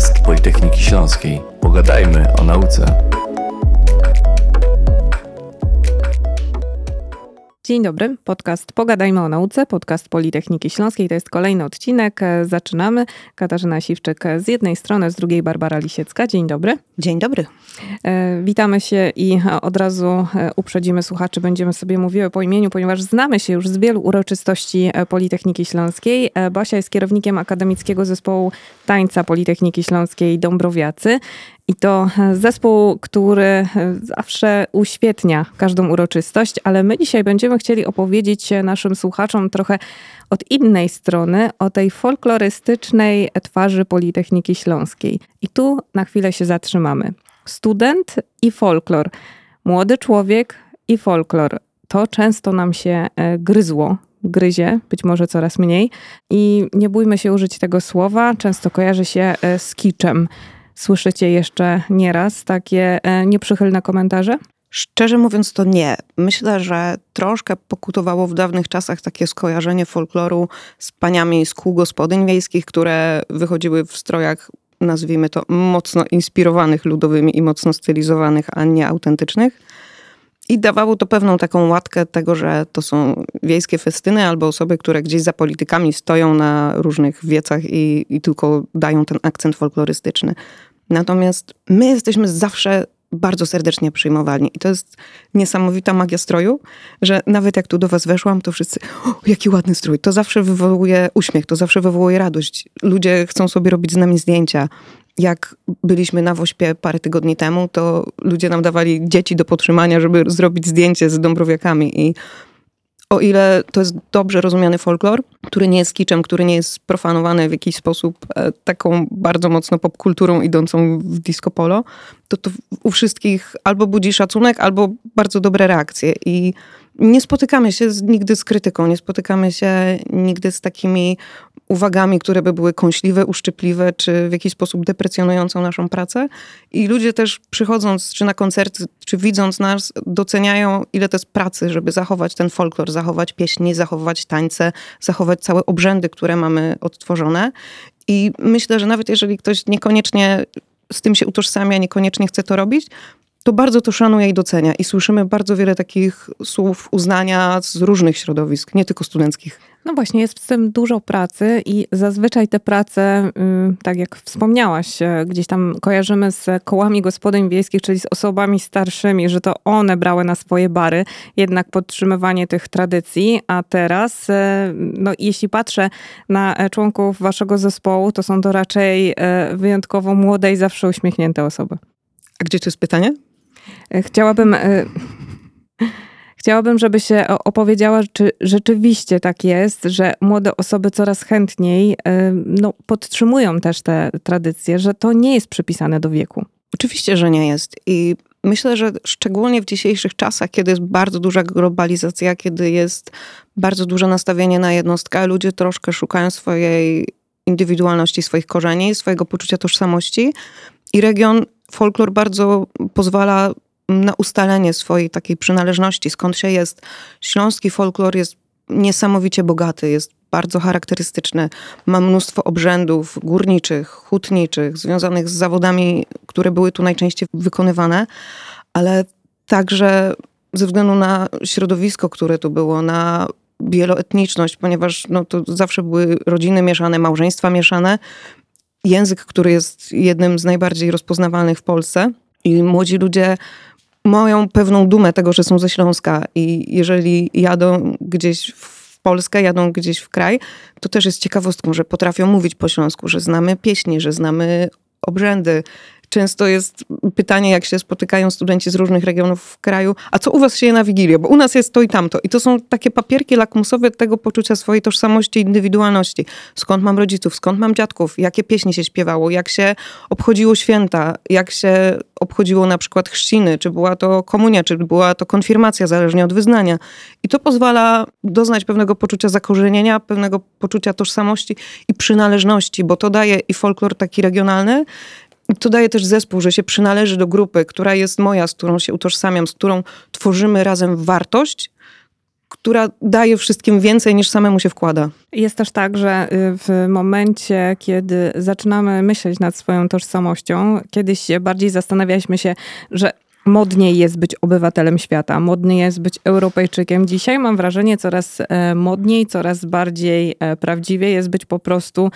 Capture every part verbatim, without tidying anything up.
podcast Politechniki Śląskiej. Pogadajmy o nauce. Dzień dobry, podcast Pogadajmy o nauce, podcast Politechniki Śląskiej. To jest kolejny odcinek. Zaczynamy. Katarzyna Siwczyk z jednej strony, z drugiej Barbara Lisiecka. Dzień dobry. Dzień dobry. Witamy się i od razu uprzedzimy słuchaczy. Będziemy sobie mówiły po imieniu, ponieważ znamy się już z wielu uroczystości Politechniki Śląskiej. Basia jest kierownikiem Akademickiego Zespołu Tańca Politechniki Śląskiej Dąbrowiacy. I to zespół, który zawsze uświetnia każdą uroczystość, ale my dzisiaj będziemy chcieli opowiedzieć naszym słuchaczom trochę od innej strony, o tej folklorystycznej twarzy Politechniki Śląskiej. I tu na chwilę się zatrzymamy. Student i folklor. Młody człowiek i folklor. To często nam się gryzło. Gryzie, być może coraz mniej. I nie bójmy się użyć tego słowa. Często kojarzy się z kiczem. Słyszycie jeszcze nieraz takie nieprzychylne komentarze? Szczerze mówiąc to nie. Myślę, że troszkę pokutowało w dawnych czasach takie skojarzenie folkloru z paniami z kół gospodyń wiejskich, które wychodziły w strojach, nazwijmy to, mocno inspirowanych ludowymi i mocno stylizowanych, a nie autentycznych. I dawało to pewną taką łatkę tego, że to są wiejskie festyny albo osoby, które gdzieś za politykami stoją na różnych wiecach i, i tylko dają ten akcent folklorystyczny. Natomiast my jesteśmy zawsze bardzo serdecznie przyjmowani. I to jest niesamowita magia stroju, że nawet jak tu do was weszłam, to wszyscy, o, jaki ładny strój. To zawsze wywołuje uśmiech, to zawsze wywołuje radość. Ludzie chcą sobie robić z nami zdjęcia. Jak byliśmy na Wośpie parę tygodni temu, to ludzie nam dawali dzieci do podtrzymania, żeby zrobić zdjęcie z dąbrowiakami. I o ile to jest dobrze rozumiany folklor, który nie jest kiczem, który nie jest profanowany w jakiś sposób e, taką bardzo mocno popkulturą idącą w disco polo, to to u wszystkich albo budzi szacunek, albo bardzo dobre reakcje. I nie spotykamy się z, nigdy z krytyką, nie spotykamy się nigdy z takimi uwagami, które by były kąśliwe, uszczypliwe, czy w jakiś sposób deprecjonującą naszą pracę. I ludzie też przychodząc, czy na koncerty, czy widząc nas, doceniają, ile to jest pracy, żeby zachować ten folklor, zachować pieśni, zachować tańce, zachować całe obrzędy, które mamy odtworzone. I myślę, że nawet jeżeli ktoś niekoniecznie z tym się utożsamia, niekoniecznie chce to robić, to bardzo to szanuje i docenia. I słyszymy bardzo wiele takich słów uznania z różnych środowisk, nie tylko studenckich. No właśnie, jest z tym dużo pracy i zazwyczaj te prace, tak jak wspomniałaś, gdzieś tam kojarzymy z kołami gospodyń wiejskich, czyli z osobami starszymi, że to one brały na swoje bary jednak podtrzymywanie tych tradycji, a teraz, no jeśli patrzę na członków waszego zespołu, to są to raczej wyjątkowo młode i zawsze uśmiechnięte osoby. A gdzie tu jest pytanie? Chciałabym... Chciałabym, żebyś opowiedziała, czy rzeczywiście tak jest, że młode osoby coraz chętniej no, podtrzymują też te tradycje, że to nie jest przypisane do wieku. Oczywiście, że nie jest. I myślę, że szczególnie w dzisiejszych czasach, kiedy jest bardzo duża globalizacja, kiedy jest bardzo duże nastawienie na jednostkę, ludzie troszkę szukają swojej indywidualności, swoich korzeni, swojego poczucia tożsamości. I region, folklor bardzo pozwala na ustalenie swojej takiej przynależności, skąd się jest. Śląski folklor jest niesamowicie bogaty, jest bardzo charakterystyczny. Ma mnóstwo obrzędów górniczych, hutniczych, związanych z zawodami, które były tu najczęściej wykonywane, ale także ze względu na środowisko, które tu było, na wieloetniczność, ponieważ no, to zawsze były rodziny mieszane, małżeństwa mieszane. Język, który jest jednym z najbardziej rozpoznawalnych w Polsce. I młodzi ludzie mają pewną dumę tego, że są ze Śląska i jeżeli jadą gdzieś w Polskę, jadą gdzieś w kraj, to też jest ciekawostką, że potrafią mówić po śląsku, że znamy pieśni, że znamy obrzędy. Często jest pytanie, jak się spotykają studenci z różnych regionów w kraju, a co u was się je na Wigilię? Bo u nas jest to i tamto. I to są takie papierki lakmusowe tego poczucia swojej tożsamości, indywidualności. Skąd mam rodziców, skąd mam dziadków, jakie pieśni się śpiewało, jak się obchodziło święta, jak się obchodziło na przykład chrzciny, czy była to komunia, czy była to konfirmacja, zależnie od wyznania. I to pozwala doznać pewnego poczucia zakorzenienia, pewnego poczucia tożsamości i przynależności, bo to daje i folklor taki regionalny, to daje też zespół, że się przynależy do grupy, która jest moja, z którą się utożsamiam, z którą tworzymy razem wartość, która daje wszystkim więcej niż samemu się wkłada. Jest też tak, że w momencie, kiedy zaczynamy myśleć nad swoją tożsamością, kiedyś bardziej zastanawialiśmy się, że modniej jest być obywatelem świata, modniej jest być Europejczykiem. Dzisiaj mam wrażenie, coraz modniej, coraz bardziej prawdziwie jest być po prostu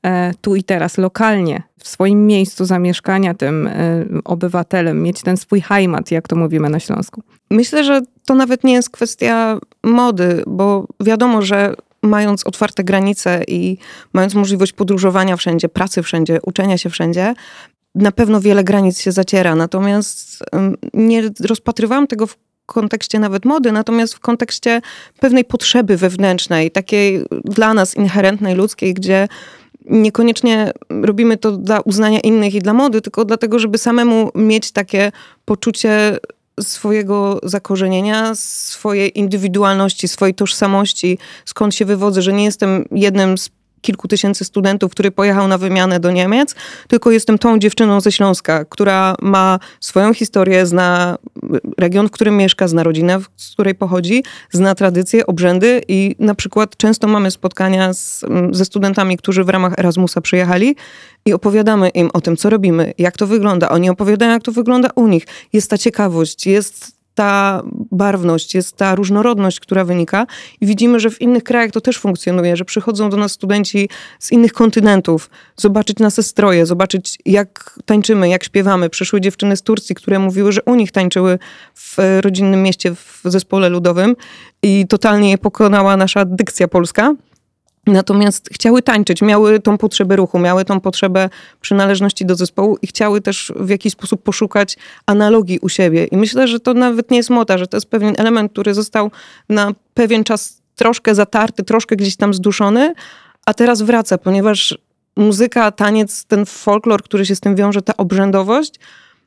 tu i teraz, lokalnie, w swoim miejscu zamieszkania tym obywatelem, mieć ten swój heimat, jak to mówimy na Śląsku. Myślę, że to nawet nie jest kwestia mody, bo wiadomo, że mając otwarte granice i mając możliwość podróżowania wszędzie, pracy wszędzie, uczenia się wszędzie, na pewno wiele granic się zaciera. Natomiast nie rozpatrywałam tego w kontekście nawet mody, natomiast w kontekście pewnej potrzeby wewnętrznej, takiej dla nas inherentnej, ludzkiej, gdzie niekoniecznie robimy to dla uznania innych i dla mody, tylko dlatego, żeby samemu mieć takie poczucie swojego zakorzenienia, swojej indywidualności, swojej tożsamości, skąd się wywodzę, że nie jestem jednym z kilku tysięcy studentów, który pojechał na wymianę do Niemiec, tylko jestem tą dziewczyną ze Śląska, która ma swoją historię, zna region, w którym mieszka, zna rodzinę, z której pochodzi, zna tradycje, obrzędy i na przykład często mamy spotkania z, ze studentami, którzy w ramach Erasmusa przyjechali i opowiadamy im o tym, co robimy, jak to wygląda. Oni opowiadają, jak to wygląda u nich. Jest ta ciekawość, jest ta barwność, jest ta różnorodność, która wynika i widzimy, że w innych krajach to też funkcjonuje, że przychodzą do nas studenci z innych kontynentów, zobaczyć nasze stroje, zobaczyć jak tańczymy, jak śpiewamy. Przyszły dziewczyny z Turcji, które mówiły, że u nich tańczyły w rodzinnym mieście w zespole ludowym i totalnie je pokonała nasza dykcja polska. Natomiast chciały tańczyć, miały tą potrzebę ruchu, miały tą potrzebę przynależności do zespołu i chciały też w jakiś sposób poszukać analogii u siebie. I myślę, że to nawet nie jest moda, że to jest pewien element, który został na pewien czas troszkę zatarty, troszkę gdzieś tam zduszony, a teraz wraca, ponieważ muzyka, taniec, ten folklor, który się z tym wiąże, ta obrzędowość,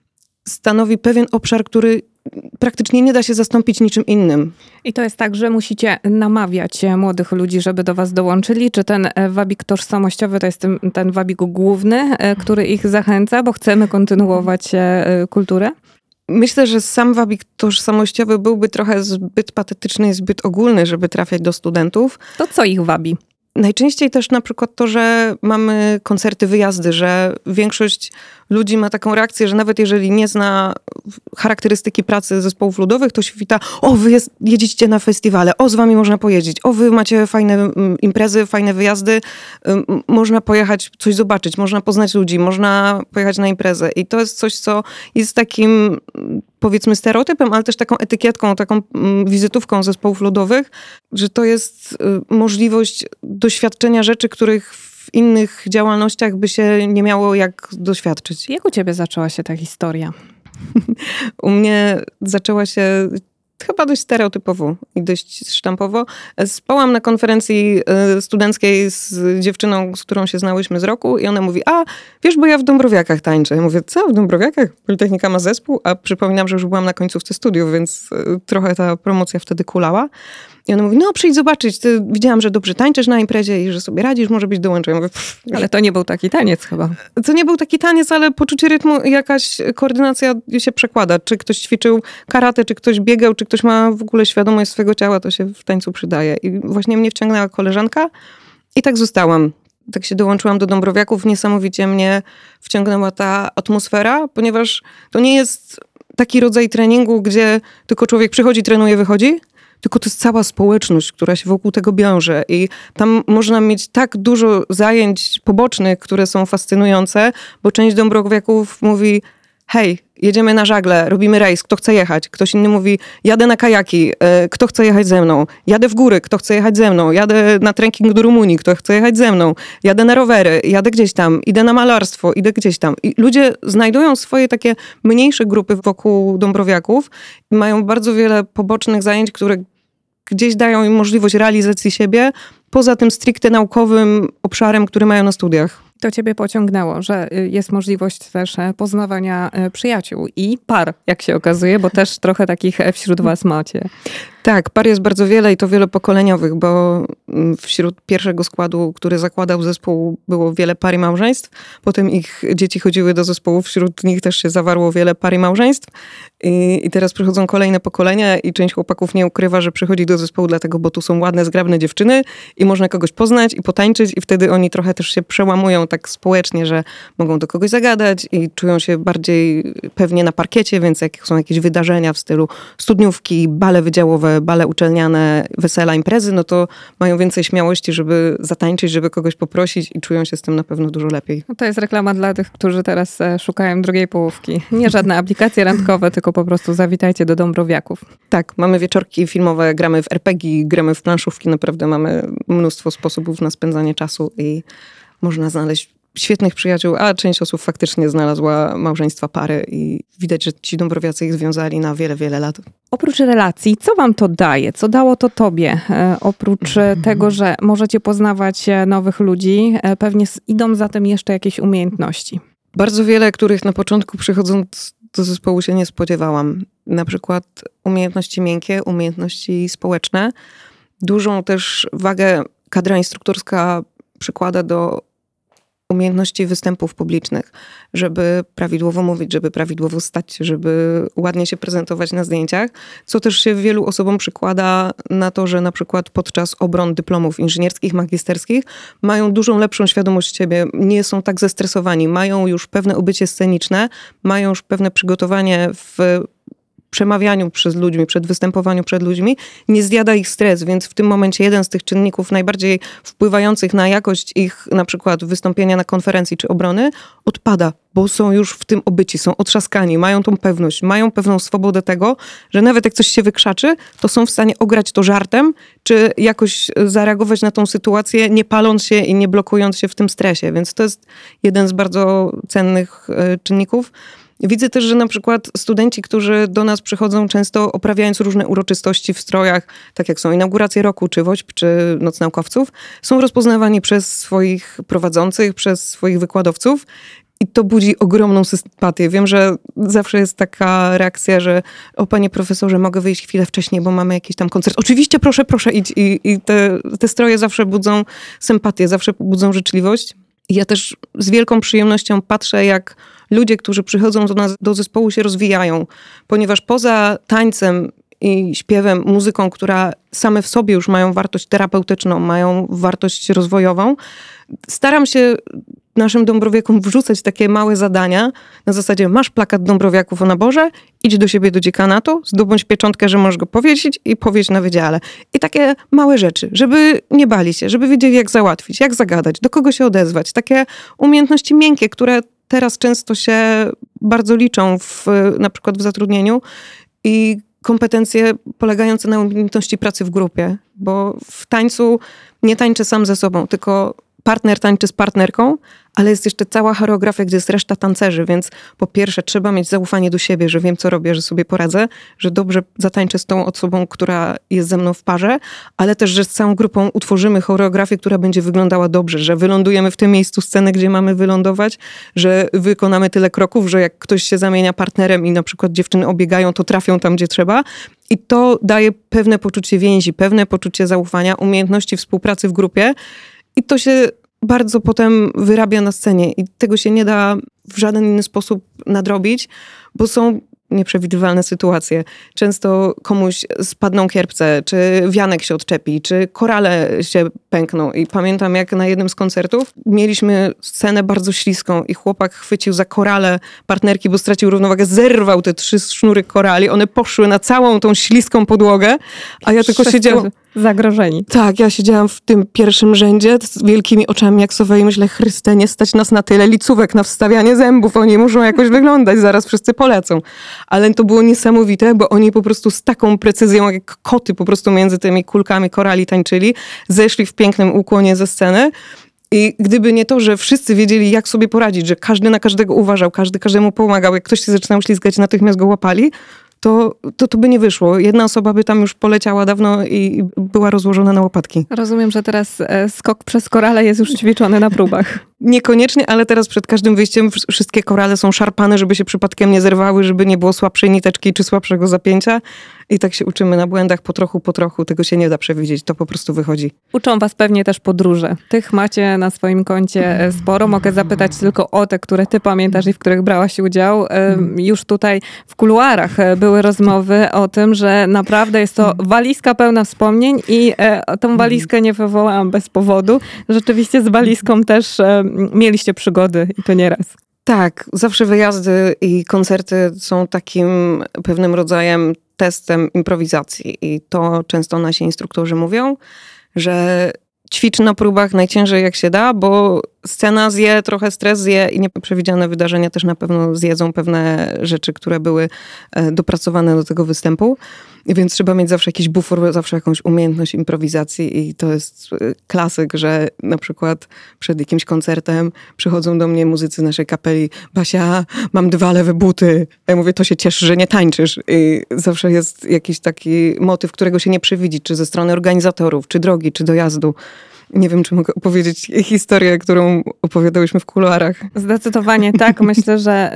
stanowi pewien obszar, który praktycznie nie da się zastąpić niczym innym. I to jest tak, że musicie namawiać młodych ludzi, żeby do was dołączyli? Czy ten wabik tożsamościowy to jest ten, ten wabik główny, który ich zachęca, bo chcemy kontynuować kulturę? Myślę, że sam wabik tożsamościowy byłby trochę zbyt patetyczny i zbyt ogólny, żeby trafiać do studentów. To co ich wabi? Najczęściej też na przykład to, że mamy koncerty, wyjazdy, że większość ludzi ma taką reakcję, że nawet jeżeli nie zna charakterystyki pracy zespołów ludowych, to się wita, o wy jest, jedziecie na festiwale, o z wami można pojeździć, o wy macie fajne imprezy, fajne wyjazdy, można pojechać coś zobaczyć, można poznać ludzi, można pojechać na imprezę i to jest coś, co jest takim powiedzmy stereotypem, ale też taką etykietką, taką wizytówką zespołów ludowych, że to jest możliwość doświadczenia rzeczy, których w innych działalnościach by się nie miało jak doświadczyć. Jak u ciebie zaczęła się ta historia? U mnie zaczęła się chyba dość stereotypowo i dość sztampowo. Spałam na konferencji studenckiej z dziewczyną, z którą się znałyśmy z roku i ona mówi, a wiesz, bo ja w Dąbrowiakach tańczę. Ja mówię, co, w Dąbrowiakach? Politechnika ma zespół? A przypominam, że już byłam na końcówce studiów, więc trochę ta promocja wtedy kulała. I ona mówi, no przyjdź zobaczyć, ty, widziałam, że dobrze tańczysz na imprezie i że sobie radzisz, może być dołączę. Ja mówię, ale to nie był taki taniec chyba. To nie był taki taniec, ale poczucie rytmu, jakaś koordynacja się przekłada. Czy ktoś ćwiczył karate, czy ktoś biegał, czy ktoś ma w ogóle świadomość swojego ciała, to się w tańcu przydaje. I właśnie mnie wciągnęła koleżanka i tak zostałam. Tak się dołączyłam do Dąbrowiaków. Niesamowicie mnie wciągnęła ta atmosfera, ponieważ to nie jest taki rodzaj treningu, gdzie tylko człowiek przychodzi, trenuje, wychodzi, tylko to jest cała społeczność, która się wokół tego wiąże i tam można mieć tak dużo zajęć pobocznych, które są fascynujące, bo część Dąbrowiaków mówi, hej, jedziemy na żagle, robimy rejs, kto chce jechać? Ktoś inny mówi, jadę na kajaki, kto chce jechać ze mną? Jadę w góry, kto chce jechać ze mną? Jadę na trekking do Rumunii, kto chce jechać ze mną? Jadę na rowery, jadę gdzieś tam, idę na malarstwo, idę gdzieś tam. I ludzie znajdują swoje takie mniejsze grupy wokół Dąbrowiaków i mają bardzo wiele pobocznych zajęć, które gdzieś dają im możliwość realizacji siebie, poza tym stricte naukowym obszarem, który mają na studiach. To ciebie pociągnęło, że jest możliwość też poznawania przyjaciół i par, jak się okazuje, bo też trochę takich wśród was macie. Tak, par jest bardzo wiele i to wielopokoleniowych, bo wśród pierwszego składu, który zakładał zespół, było wiele par i małżeństw. Potem ich dzieci chodziły do zespołu, wśród nich też się zawarło wiele par i małżeństw. I, i teraz przychodzą kolejne pokolenia i część chłopaków nie ukrywa, że przychodzi do zespołu dlatego, bo tu są ładne, zgrabne dziewczyny i można kogoś poznać i potańczyć i wtedy oni trochę też się przełamują tak społecznie, że mogą do kogoś zagadać i czują się bardziej pewnie na parkiecie, więc jak są jakieś wydarzenia w stylu studniówki, bale wydziałowe, bale uczelniane, wesela, imprezy, no to mają więcej śmiałości, żeby zatańczyć, żeby kogoś poprosić i czują się z tym na pewno dużo lepiej. No to jest reklama dla tych, którzy teraz e, szukają drugiej połówki. Nie żadne aplikacje randkowe, tylko po prostu zawitajcie do Dąbrowiaków. Tak, mamy wieczorki filmowe, gramy w er pe gie, gramy w planszówki, naprawdę mamy mnóstwo sposobów na spędzanie czasu i można znaleźć świetnych przyjaciół, a część osób faktycznie znalazła małżeństwa, pary i widać, że ci Dąbrowiacy ich związali na wiele, wiele lat. Oprócz relacji, co wam to daje? Co dało to tobie? E, oprócz mm. tego, że możecie poznawać nowych ludzi, e, pewnie idą za tym jeszcze jakieś umiejętności. Bardzo wiele, których na początku przychodząc do zespołu się nie spodziewałam. Na przykład umiejętności miękkie, umiejętności społeczne. Dużą też wagę kadra instruktorska przykłada do umiejętności występów publicznych, żeby prawidłowo mówić, żeby prawidłowo stać się, żeby ładnie się prezentować na zdjęciach, co też się wielu osobom przykłada na to, że na przykład podczas obron dyplomów inżynierskich, magisterskich mają dużą lepszą świadomość siebie, nie są tak zestresowani, mają już pewne obycie sceniczne, mają już pewne przygotowanie w przemawianiu przed ludźmi, przed występowaniu przed ludźmi, nie zjada ich stres, więc w tym momencie jeden z tych czynników najbardziej wpływających na jakość ich na przykład wystąpienia na konferencji czy obrony odpada, bo są już w tym obyci, są otrzaskani, mają tą pewność, mają pewną swobodę tego, że nawet jak coś się wykrzaczy, to są w stanie ograć to żartem, czy jakoś zareagować na tą sytuację, nie paląc się i nie blokując się w tym stresie, więc to jest jeden z bardzo cennych czynników. Widzę też, że na przykład studenci, którzy do nas przychodzą często oprawiając różne uroczystości w strojach, tak jak są inauguracje roku, czy WOŚP, czy Noc Naukowców, są rozpoznawani przez swoich prowadzących, przez swoich wykładowców i to budzi ogromną sympatię. Wiem, że zawsze jest taka reakcja, że o panie profesorze, mogę wyjść chwilę wcześniej, bo mamy jakiś tam koncert. Oczywiście, proszę, proszę idź. I, i te, te stroje zawsze budzą sympatię, zawsze budzą życzliwość. I ja też z wielką przyjemnością patrzę, jak ludzie, którzy przychodzą do nas, do zespołu, się rozwijają. Ponieważ poza tańcem i śpiewem, muzyką, która same w sobie już mają wartość terapeutyczną, mają wartość rozwojową, staram się naszym Dąbrowiekom wrzucać takie małe zadania na zasadzie masz plakat Dąbrowiaków o naborze, idź do siebie do dziekanatu, zdobądź pieczątkę, że możesz go powiesić i powieść na wydziale. I takie małe rzeczy, żeby nie bali się, żeby wiedzieli jak załatwić, jak zagadać, do kogo się odezwać. Takie umiejętności miękkie, które teraz często się bardzo liczą w, na przykład w zatrudnieniu i kompetencje polegające na umiejętności pracy w grupie, bo w tańcu nie tańczę sam ze sobą, tylko partner tańczy z partnerką, ale jest jeszcze cała choreografia, gdzie jest reszta tancerzy, więc po pierwsze trzeba mieć zaufanie do siebie, że wiem, co robię, że sobie poradzę, że dobrze zatańczę z tą osobą, która jest ze mną w parze, ale też, że z całą grupą utworzymy choreografię, która będzie wyglądała dobrze, że wylądujemy w tym miejscu sceny, gdzie mamy wylądować, że wykonamy tyle kroków, że jak ktoś się zamienia partnerem i na przykład dziewczyny obiegają, to trafią tam, gdzie trzeba. I to daje pewne poczucie więzi, pewne poczucie zaufania, umiejętności współpracy w grupie i to się bardzo potem wyrabia na scenie i tego się nie da w żaden inny sposób nadrobić, bo są nieprzewidywalne sytuacje. Często komuś spadną kierpce, czy wianek się odczepi, czy korale się pękną. I pamiętam, jak na jednym z koncertów mieliśmy scenę bardzo śliską i chłopak chwycił za korale partnerki, bo stracił równowagę, zerwał te trzy sznury korali, one poszły na całą tą śliską podłogę, a ja tylko siedziałam... Zagrożeni. Tak, ja siedziałam w tym pierwszym rzędzie z wielkimi oczami jak sowe i myślę, Chryste, nie stać nas na tyle licówek, na wstawianie zębów, oni muszą jakoś wyglądać, zaraz wszyscy polecą. Ale to było niesamowite, bo oni po prostu z taką precyzją, jak koty po prostu między tymi kulkami korali tańczyli, zeszli w pięknym ukłonie ze sceny. I gdyby nie to, że wszyscy wiedzieli, jak sobie poradzić, że każdy na każdego uważał, każdy każdemu pomagał, jak ktoś się zaczynał ślizgać, natychmiast go łapali, to, to to by nie wyszło. Jedna osoba by tam już poleciała dawno i była rozłożona na łopatki. Rozumiem, że teraz skok przez korale jest już ćwiczony na próbach. Niekoniecznie, ale teraz przed każdym wyjściem wszystkie korale są szarpane, żeby się przypadkiem nie zerwały, żeby nie było słabszej niteczki czy słabszego zapięcia. I tak się uczymy na błędach po trochu, po trochu. Tego się nie da przewidzieć, to po prostu wychodzi. Uczą was pewnie też podróże. Tych macie na swoim koncie sporo. Mogę zapytać tylko o te, które ty pamiętasz i w których brałaś udział. Już tutaj w kuluarach były rozmowy o tym, że naprawdę jest to walizka pełna wspomnień i tą walizkę nie wywołałam bez powodu. Rzeczywiście z walizką też mieliście przygody i to nieraz. Tak, zawsze wyjazdy i koncerty są takim pewnym rodzajem testem improwizacji i to często nasi instruktorzy mówią, że ćwicz na próbach najciężej jak się da, bo scena zje, trochę stres zje i nieprzewidziane wydarzenia też na pewno zjedzą pewne rzeczy, które były dopracowane do tego występu. Więc trzeba mieć zawsze jakiś bufor, zawsze jakąś umiejętność improwizacji i to jest klasyk, że na przykład przed jakimś koncertem przychodzą do mnie muzycy naszej kapeli: Basia, mam dwa lewe buty. Ja mówię: to się cieszy, że nie tańczysz. I zawsze jest jakiś taki motyw, którego się nie przewidzi, czy ze strony organizatorów, czy drogi, czy dojazdu. Nie wiem, czy mogę opowiedzieć historię, którą opowiadałyśmy w kuluarach. Zdecydowanie tak. Myślę, że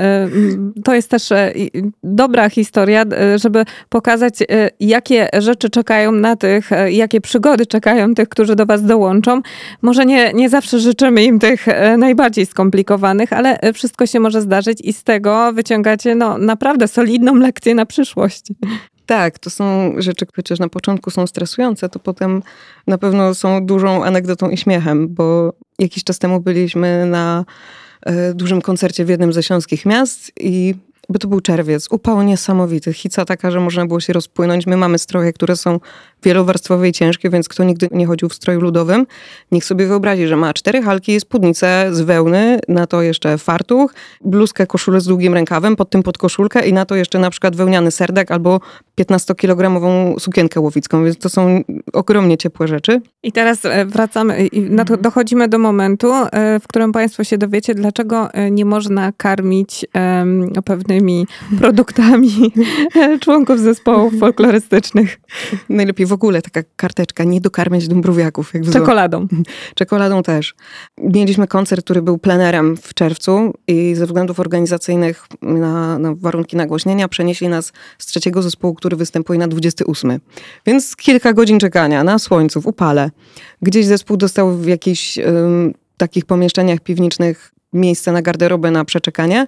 to jest też dobra historia, żeby pokazać, jakie rzeczy czekają na tych, jakie przygody czekają tych, którzy do was dołączą. Może nie, nie zawsze życzymy im tych najbardziej skomplikowanych, ale wszystko się może zdarzyć i z tego wyciągacie no, naprawdę solidną lekcję na przyszłość. Tak, to są rzeczy, chociaż na początku są stresujące, to potem na pewno są dużą anegdotą i śmiechem, bo jakiś czas temu byliśmy na e, dużym koncercie w jednym ze śląskich miast i bo to był czerwiec, upał niesamowity, hica taka, że można było się rozpłynąć. My mamy stroje, które są wielowarstwowe i ciężkie, więc kto nigdy nie chodził w stroju ludowym, niech sobie wyobrazi, że ma cztery halki, spódnicę z wełny, na to jeszcze fartuch, bluzkę, koszulę z długim rękawem, pod tym podkoszulkę i na to jeszcze na przykład wełniany serdek albo piętnastokilogramową sukienkę łowicką, więc to są ogromnie ciepłe rzeczy. I teraz wracamy i na to dochodzimy do momentu, w którym państwo się dowiecie, dlaczego nie można karmić um, pewnymi produktami członków zespołów folklorystycznych. Najlepiej w ogóle taka karteczka, nie dokarmiać dąbrowiaków. Jak Czekoladą. Czekoladą też. Mieliśmy koncert, który był plenerem w czerwcu i ze względów organizacyjnych na, na warunki nagłośnienia przenieśli nas z trzeciego zespołu, który występuje na dwudziesty ósmy. Więc kilka godzin czekania na słońcu, w upale. Gdzieś zespół dostał w jakichś um, takich pomieszczeniach piwniczych miejsce na garderobę na przeczekanie.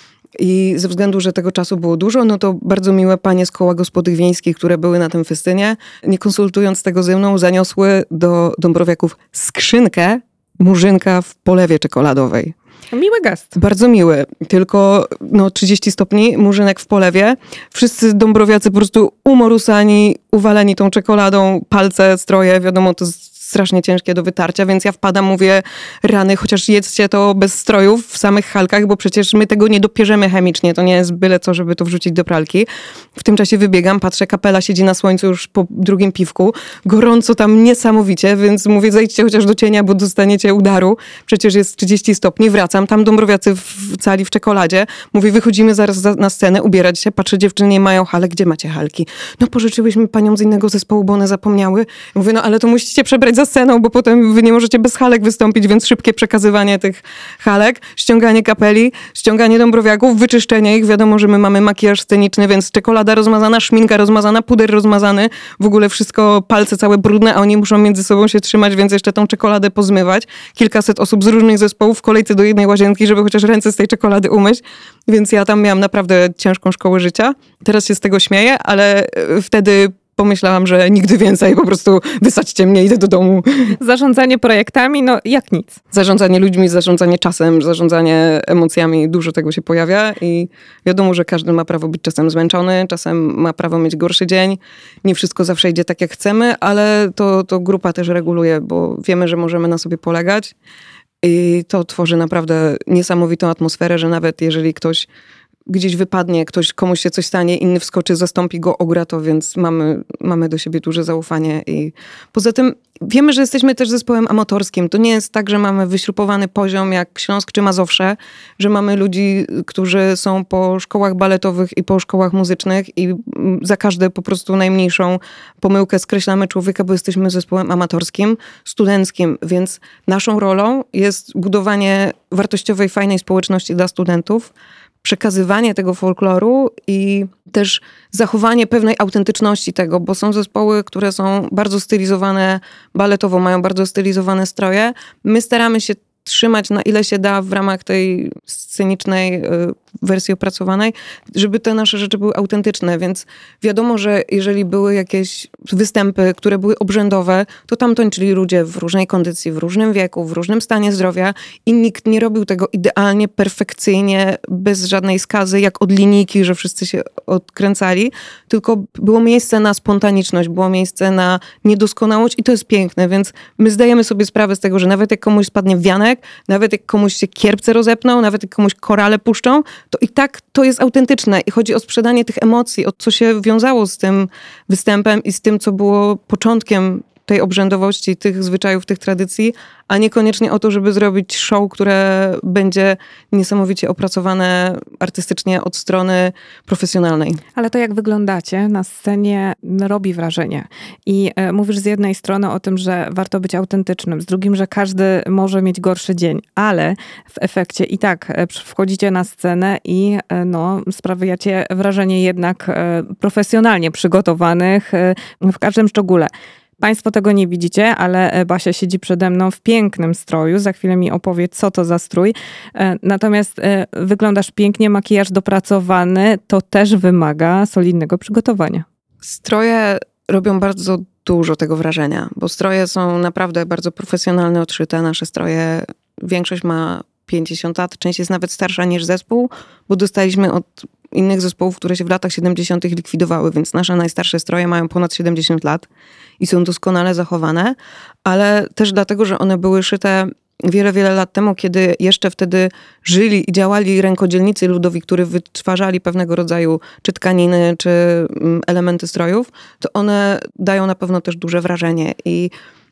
I ze względu, że tego czasu było dużo, no to bardzo miłe panie z koła gospodyń wiejskich, które były na tym festynie, nie konsultując tego ze mną, zaniosły do dąbrowiaków skrzynkę murzynka w polewie czekoladowej. Miły gest. Bardzo miły, tylko no trzydzieści stopni, murzynek w polewie. Wszyscy dąbrowiacy po prostu umorusani, uwaleni tą czekoladą, palce, stroje, wiadomo, to strasznie ciężkie do wytarcia, więc ja wpadam, mówię: rany, chociaż jedzcie to bez strojów, w samych halkach, bo przecież my tego nie dopierzemy chemicznie, to nie jest byle co, żeby to wrzucić do pralki. W tym czasie wybiegam, patrzę, kapela siedzi na słońcu już po drugim piwku, gorąco tam niesamowicie, więc mówię: zejdźcie chociaż do cienia, bo dostaniecie udaru, przecież jest trzydzieści stopni, wracam, tam dąbrowiacy w cali w czekoladzie, mówię: wychodzimy zaraz na scenę, ubierać się, patrzę, dziewczyny nie mają halek, gdzie macie halki? No pożyczyłyśmy paniom z innego zespołu, bo one zapomniały. Mówię: no ale to musicie przebrać za sceną, bo potem wy nie możecie bez halek wystąpić, więc szybkie przekazywanie tych halek, ściąganie kapeli, ściąganie dąbrowiaków, wyczyszczenie ich. Wiadomo, że my mamy makijaż sceniczny, więc czekolada rozmazana, szminka rozmazana, puder rozmazany, w ogóle wszystko, palce całe brudne, a oni muszą między sobą się trzymać, więc jeszcze tą czekoladę pozmywać. Kilkaset osób z różnych zespołów w kolejce do jednej łazienki, żeby chociaż ręce z tej czekolady umyć. Więc ja tam miałam naprawdę ciężką szkołę życia. Teraz się z tego śmieję, ale wtedy pomyślałam, że nigdy więcej, po prostu wysadźcie mnie, idę do domu. Zarządzanie projektami, no jak nic. Zarządzanie ludźmi, zarządzanie czasem, zarządzanie emocjami, dużo tego się pojawia i wiadomo, że każdy ma prawo być czasem zmęczony, czasem ma prawo mieć gorszy dzień. Nie wszystko zawsze idzie tak, jak chcemy, ale to, to grupa też reguluje, bo wiemy, że możemy na sobie polegać i to tworzy naprawdę niesamowitą atmosferę, że nawet jeżeli ktoś gdzieś wypadnie, ktoś, komuś się coś stanie, inny wskoczy, zastąpi go, ogra to, więc mamy, mamy do siebie duże zaufanie. I poza tym wiemy, że jesteśmy też zespołem amatorskim. To nie jest tak, że mamy wyśrubowany poziom jak Śląsk czy Mazowsze, że mamy ludzi, którzy są po szkołach baletowych i po szkołach muzycznych i za każde po prostu najmniejszą pomyłkę skreślamy człowieka, bo jesteśmy zespołem amatorskim, studenckim, więc naszą rolą jest budowanie wartościowej, fajnej społeczności dla studentów, przekazywanie tego folkloru i też zachowanie pewnej autentyczności tego, bo są zespoły, które są bardzo stylizowane baletowo, mają bardzo stylizowane stroje. My staramy się trzymać na ile się da w ramach tej scenicznej wersji opracowanej, żeby te nasze rzeczy były autentyczne, więc wiadomo, że jeżeli były jakieś występy, które były obrzędowe, to tam tańczyli ludzie w różnej kondycji, w różnym wieku, w różnym stanie zdrowia i nikt nie robił tego idealnie, perfekcyjnie, bez żadnej skazy, jak od linijki, że wszyscy się odkręcali, tylko było miejsce na spontaniczność, było miejsce na niedoskonałość i to jest piękne, więc my zdajemy sobie sprawę z tego, że nawet jak komuś spadnie wianek, nawet jak komuś się kierpce rozepną, nawet jak komuś korale puszczą, to i tak to jest autentyczne i chodzi o sprzedanie tych emocji, o co się wiązało z tym występem i z tym, co było początkiem tej obrzędowości, tych zwyczajów, tych tradycji, a niekoniecznie o to, żeby zrobić show, które będzie niesamowicie opracowane artystycznie od strony profesjonalnej. Ale to, jak wyglądacie na scenie, robi wrażenie. I e, mówisz z jednej strony o tym, że warto być autentycznym, z drugim, że każdy może mieć gorszy dzień, ale w efekcie i tak e, wchodzicie na scenę i e, no, sprawiacie wrażenie jednak e, profesjonalnie przygotowanych e, w każdym szczególe. Państwo tego nie widzicie, ale Basia siedzi przede mną w pięknym stroju. Za chwilę mi opowie, co to za strój. Natomiast wyglądasz pięknie, makijaż dopracowany. To też wymaga solidnego przygotowania. Stroje robią bardzo dużo tego wrażenia, bo stroje są naprawdę bardzo profesjonalne, odszyte. Nasze stroje, większość ma pięćdziesiąt lat, część jest nawet starsza niż zespół, bo dostaliśmy od innych zespołów, które się w latach siedemdziesiątych likwidowały, więc nasze najstarsze stroje mają ponad siedemdziesiąt lat i są doskonale zachowane, ale też dlatego, że one były szyte wiele, wiele lat temu, kiedy jeszcze wtedy żyli i działali rękodzielnicy ludowi, którzy wytwarzali pewnego rodzaju czy tkaniny, czy elementy strojów, to one dają na pewno też duże wrażenie i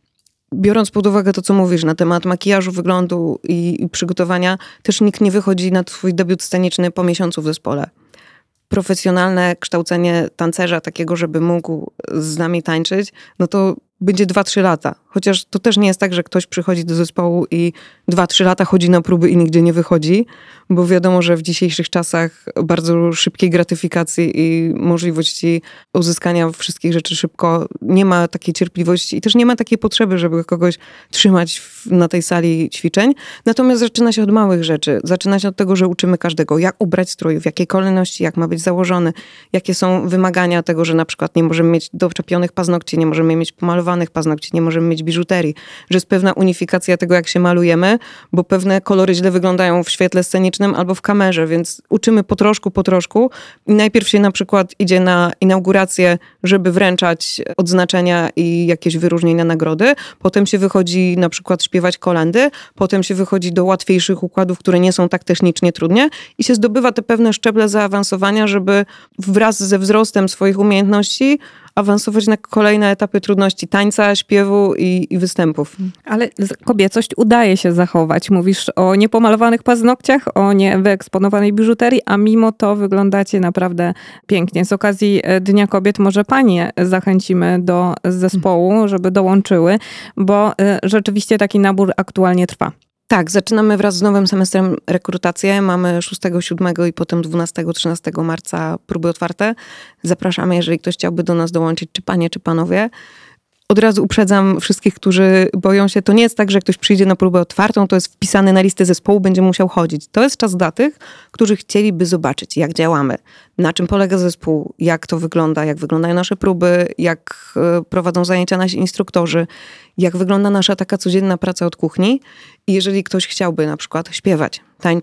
biorąc pod uwagę to, co mówisz na temat makijażu, wyglądu i, i przygotowania, też nikt nie wychodzi na swój debiut sceniczny po miesiącu w zespole. Profesjonalne kształcenie tancerza takiego, żeby mógł z nami tańczyć, no to będzie dwa trzy lata. Chociaż to też nie jest tak, że ktoś przychodzi do zespołu i dwa trzy lata chodzi na próby i nigdzie nie wychodzi, bo wiadomo, że w dzisiejszych czasach bardzo szybkiej gratyfikacji i możliwości uzyskania wszystkich rzeczy szybko nie ma takiej cierpliwości i też nie ma takiej potrzeby, żeby kogoś trzymać w, na tej sali ćwiczeń. Natomiast zaczyna się od małych rzeczy. Zaczyna się od tego, że uczymy każdego, jak ubrać strój, w jakiej kolejności, jak ma być założony, jakie są wymagania tego, że na przykład nie możemy mieć doczepionych paznokci, nie możemy mieć pomalowanych paznokci, nie możemy mieć biżuterii, że jest pewna unifikacja tego, jak się malujemy, bo pewne kolory źle wyglądają w świetle scenicznym albo w kamerze, więc uczymy po troszku, po troszku. I najpierw się na przykład idzie na inaugurację, żeby wręczać odznaczenia i jakieś wyróżnienia, nagrody. Potem się wychodzi na przykład śpiewać kolędy, potem się wychodzi do łatwiejszych układów, które nie są tak technicznie trudnie i się zdobywa te pewne szczeble zaawansowania, żeby wraz ze wzrostem swoich umiejętności awansować na kolejne etapy trudności tańca, śpiewu i, i występów. Ale kobiecość udaje się zachować. Mówisz o niepomalowanych paznokciach, o niewyeksponowanej biżuterii, a mimo to wyglądacie naprawdę pięknie. Z okazji Dnia Kobiet może panie zachęcimy do zespołu, żeby dołączyły, bo rzeczywiście taki nabór aktualnie trwa. Tak, zaczynamy wraz z nowym semestrem rekrutację. Mamy szóstego, siódmego i potem dwunastego, trzynastego marca próby otwarte. Zapraszamy, jeżeli ktoś chciałby do nas dołączyć, czy panie, czy panowie. Od razu uprzedzam wszystkich, którzy boją się. To nie jest tak, że ktoś przyjdzie na próbę otwartą, to jest wpisany na listę zespołu, będzie musiał chodzić. To jest czas dla tych, którzy chcieliby zobaczyć, jak działamy, na czym polega zespół, jak to wygląda, jak wyglądają nasze próby, jak prowadzą zajęcia nasi instruktorzy, jak wygląda nasza taka codzienna praca od kuchni. I jeżeli ktoś chciałby na przykład śpiewać, tańczyć,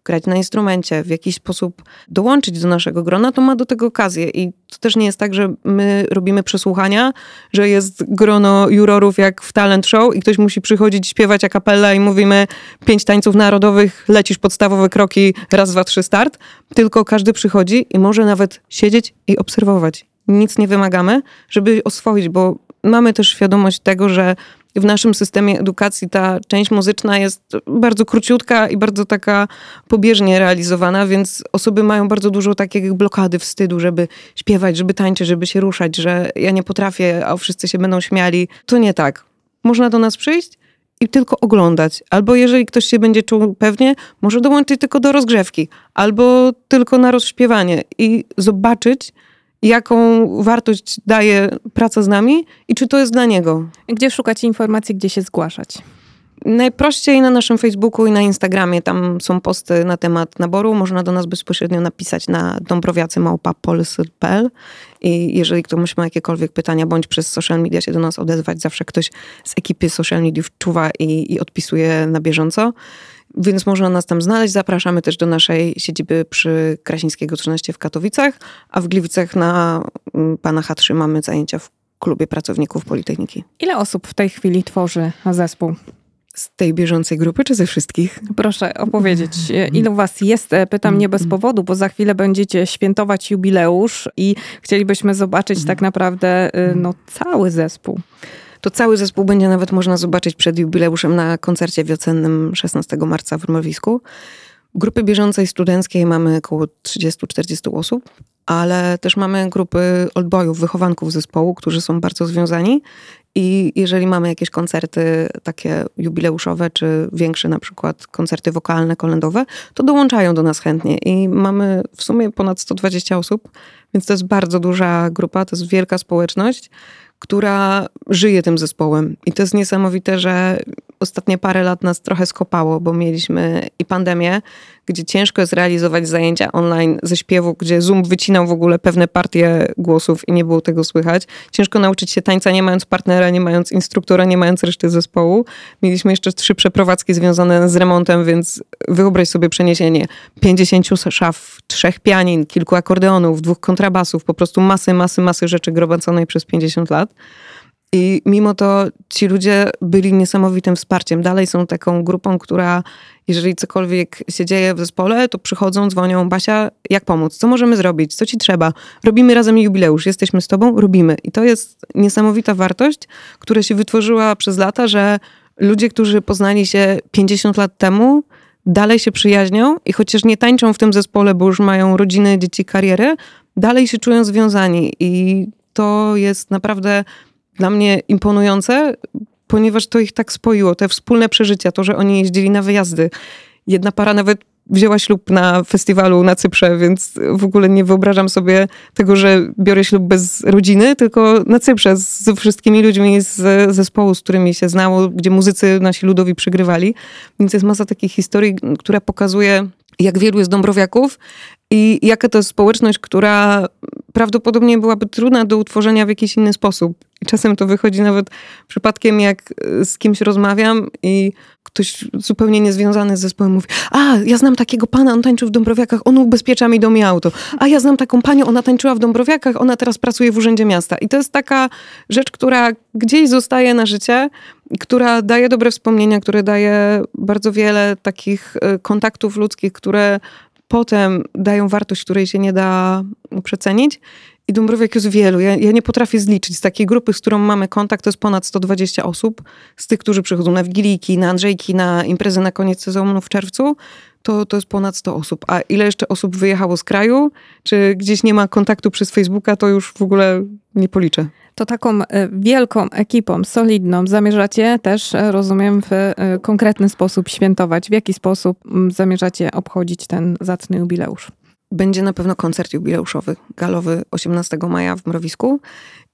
grać na instrumencie, w jakiś sposób dołączyć do naszego grona, to ma do tego okazję. I to też nie jest tak, że my robimy przesłuchania, że jest grono jurorów jak w talent show i ktoś musi przychodzić, śpiewać a cappella i mówimy pięć tańców narodowych, lecisz podstawowe kroki, raz, dwa, trzy, start. Tylko każdy przychodzi i może nawet siedzieć i obserwować. Nic nie wymagamy, żeby oswoić, bo mamy też świadomość tego, że w naszym systemie edukacji ta część muzyczna jest bardzo króciutka i bardzo taka pobieżnie realizowana, więc osoby mają bardzo dużo takiej blokady, wstydu, żeby śpiewać, żeby tańczyć, żeby się ruszać, że ja nie potrafię, a wszyscy się będą śmiali. To nie tak. Można do nas przyjść i tylko oglądać. Albo jeżeli ktoś się będzie czuł pewnie, może dołączyć tylko do rozgrzewki, albo tylko na rozśpiewanie i zobaczyć, jaką wartość daje praca z nami i czy to jest dla niego. Gdzie szukać informacji, gdzie się zgłaszać? Najprościej na naszym Facebooku i na Instagramie. Tam są posty na temat naboru. Można do nas bezpośrednio napisać na dąbrowiacy małpa polsy kropka p l i jeżeli ktoś ma jakiekolwiek pytania, bądź przez social media się do nas odezwać. Zawsze ktoś z ekipy social mediów czuwa i, i odpisuje na bieżąco. Więc można nas tam znaleźć. Zapraszamy też do naszej siedziby przy Krasińskiego trzynaście w Katowicach, a w Gliwicach na Pana H trzy mamy zajęcia w klubie pracowników Politechniki. Ile osób w tej chwili tworzy zespół? Z tej bieżącej grupy, czy ze wszystkich? Proszę opowiedzieć, ilu was jest? Pytam nie bez powodu, bo za chwilę będziecie świętować jubileusz i chcielibyśmy zobaczyć tak naprawdę no, cały zespół. To cały zespół będzie nawet można zobaczyć przed jubileuszem na koncercie wiosennym szesnastego marca w Mrowisku. Grupy bieżącej studenckiej mamy około trzydzieści do czterdziestu osób, ale też mamy grupy oldboyów, wychowanków zespołu, którzy są bardzo związani i jeżeli mamy jakieś koncerty takie jubileuszowe, czy większe na przykład koncerty wokalne, kolędowe, to dołączają do nas chętnie i mamy w sumie ponad sto dwadzieścia osób, więc to jest bardzo duża grupa, to jest wielka społeczność, która żyje tym zespołem. I to jest niesamowite, że ostatnie parę lat nas trochę skopało, bo mieliśmy i pandemię, gdzie ciężko jest realizować zajęcia online ze śpiewu, gdzie Zoom wycinał w ogóle pewne partie głosów i nie było tego słychać. Ciężko nauczyć się tańca nie mając partnera, nie mając instruktora, nie mając reszty zespołu. Mieliśmy jeszcze trzy przeprowadzki związane z remontem, więc wyobraź sobie przeniesienie pięćdziesięciu szaf, trzech pianin, kilku akordeonów, dwóch kontrabasów, po prostu masy, masy, masy rzeczy gromadzonej przez pięćdziesiąt lat. I mimo to ci ludzie byli niesamowitym wsparciem. Dalej są taką grupą, która jeżeli cokolwiek się dzieje w zespole, to przychodzą, dzwonią: Basia, jak pomóc? Co możemy zrobić? Co ci trzeba? Robimy razem jubileusz. Jesteśmy z tobą? Robimy. I to jest niesamowita wartość, która się wytworzyła przez lata, że ludzie, którzy poznali się pięćdziesiąt lat temu, dalej się przyjaźnią i chociaż nie tańczą w tym zespole, bo już mają rodziny, dzieci, karierę, dalej się czują związani. I to jest naprawdę dla mnie imponujące, ponieważ to ich tak spoiło, te wspólne przeżycia, to, że oni jeździli na wyjazdy. Jedna para nawet wzięła ślub na festiwalu na Cyprze, więc w ogóle nie wyobrażam sobie tego, że biorę ślub bez rodziny, tylko na Cyprze ze wszystkimi ludźmi z zespołu, z którymi się znało, gdzie muzycy nasi ludowi przygrywali. Więc jest masa takich historii, która pokazuje, jak wielu jest dąbrowiaków i jaka to jest społeczność, która prawdopodobnie byłaby trudna do utworzenia w jakiś inny sposób. I czasem to wychodzi nawet przypadkiem, jak z kimś rozmawiam i ktoś zupełnie niezwiązany z zespołem mówi: a, ja znam takiego pana, on tańczył w Dąbrowiakach, on ubezpiecza mi dom i auto. A ja znam taką panią, ona tańczyła w Dąbrowiakach, ona teraz pracuje w Urzędzie Miasta. I to jest taka rzecz, która gdzieś zostaje na życie, która daje dobre wspomnienia, która daje bardzo wiele takich kontaktów ludzkich, które potem dają wartość, której się nie da przecenić. I Dąbrowiak jest wielu. Ja, ja nie potrafię zliczyć. Z takiej grupy, z którą mamy kontakt, to jest ponad sto dwadzieścia osób. Z tych, którzy przychodzą na Wigilijki, na Andrzejki, na imprezy na koniec sezonu w czerwcu, to, to jest ponad sto osób. A ile jeszcze osób wyjechało z kraju, czy gdzieś nie ma kontaktu przez Facebooka, to już w ogóle nie policzę. To taką wielką ekipą, solidną zamierzacie też, rozumiem, w konkretny sposób świętować. W jaki sposób zamierzacie obchodzić ten zacny jubileusz? Będzie na pewno koncert jubileuszowy, galowy osiemnastego maja w Mrowisku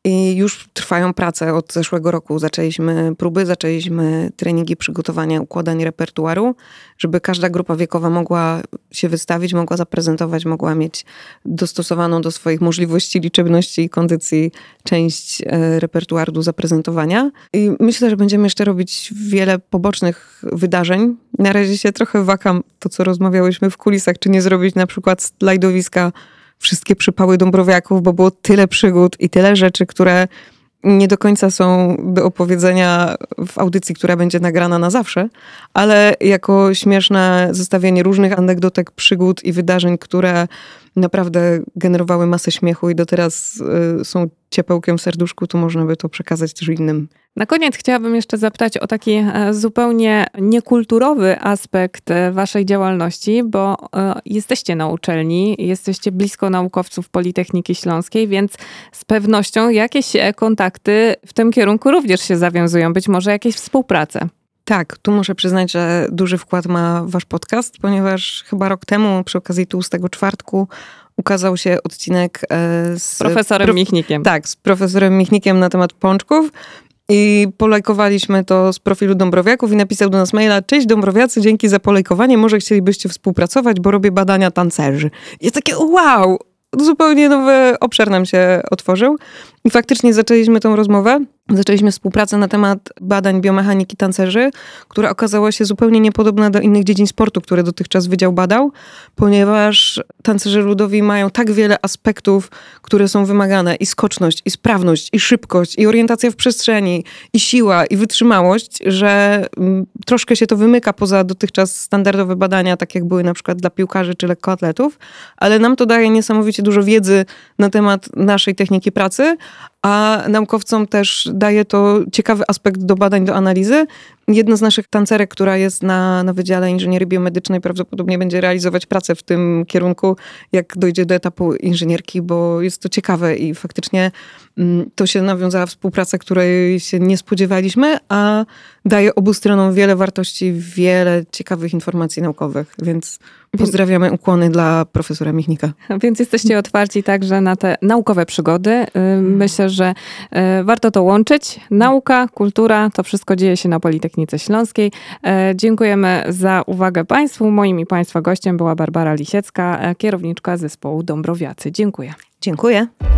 I już trwają prace od zeszłego roku. Zaczęliśmy próby, zaczęliśmy treningi przygotowania, układania repertuaru, żeby każda grupa wiekowa mogła się wystawić, mogła zaprezentować, mogła mieć dostosowaną do swoich możliwości, liczebności i kondycji część repertuaru do zaprezentowania. I myślę, że będziemy jeszcze robić wiele pobocznych wydarzeń. Na razie się trochę wakam to, co rozmawiałyśmy w kulisach, czy nie zrobić na przykład slajdowiska wszystkie przypały Dąbrowiaków, bo było tyle przygód i tyle rzeczy, które nie do końca są do opowiedzenia w audycji, która będzie nagrana na zawsze, ale jako śmieszne zestawienie różnych anegdotek, przygód i wydarzeń, które naprawdę generowały masę śmiechu i do teraz y, są ciepełkiem w serduszku, to można by to przekazać też innym. Na koniec chciałabym jeszcze zapytać o taki zupełnie niekulturowy aspekt waszej działalności, bo jesteście na uczelni, jesteście blisko naukowców Politechniki Śląskiej, więc z pewnością jakieś kontakty w tym kierunku również się zawiązują, być może jakieś współprace. Tak, tu muszę przyznać, że duży wkład ma wasz podcast, ponieważ chyba rok temu przy okazji tłustego czwartku ukazał się odcinek z... Z profesorem prof... Michnikiem. Tak, z profesorem Michnikiem na temat pączków. I polajkowaliśmy to z profilu Dąbrowiaków i napisał do nas maila: cześć Dąbrowiacy, dzięki za polajkowanie, może chcielibyście współpracować, bo robię badania tancerzy. I takie wow, zupełnie nowy obszar nam się otworzył. I faktycznie zaczęliśmy tą rozmowę. Zaczęliśmy współpracę na temat badań biomechaniki tancerzy, która okazała się zupełnie niepodobna do innych dziedzin sportu, które dotychczas wydział badał, ponieważ tancerze ludowi mają tak wiele aspektów, które są wymagane. I skoczność, i sprawność, i szybkość, i orientacja w przestrzeni, i siła, i wytrzymałość, że troszkę się to wymyka poza dotychczas standardowe badania, tak jak były na przykład dla piłkarzy czy lekkoatletów, ale nam to daje niesamowicie dużo wiedzy na temat naszej techniki pracy, a naukowcom też daje to ciekawy aspekt do badań, do analizy. Jedna z naszych tancerek, która jest na, na Wydziale Inżynierii Biomedycznej, prawdopodobnie będzie realizować pracę w tym kierunku, jak dojdzie do etapu inżynierki, bo jest to ciekawe i faktycznie mm, to się nawiązała współpraca, której się nie spodziewaliśmy, a daje obu stronom wiele wartości, wiele ciekawych informacji naukowych, więc pozdrawiamy, ukłony dla profesora Michnika. Więc jesteście otwarci także na te naukowe przygody. Myślę, że warto to łączyć. Nauka, kultura, to wszystko dzieje się na Politechnice Śląskiej. Dziękujemy za uwagę Państwu. Moim i Państwa gościem była Barbara Lisiecka, kierowniczka zespołu Dąbrowiacy. Dziękuję. Dziękuję.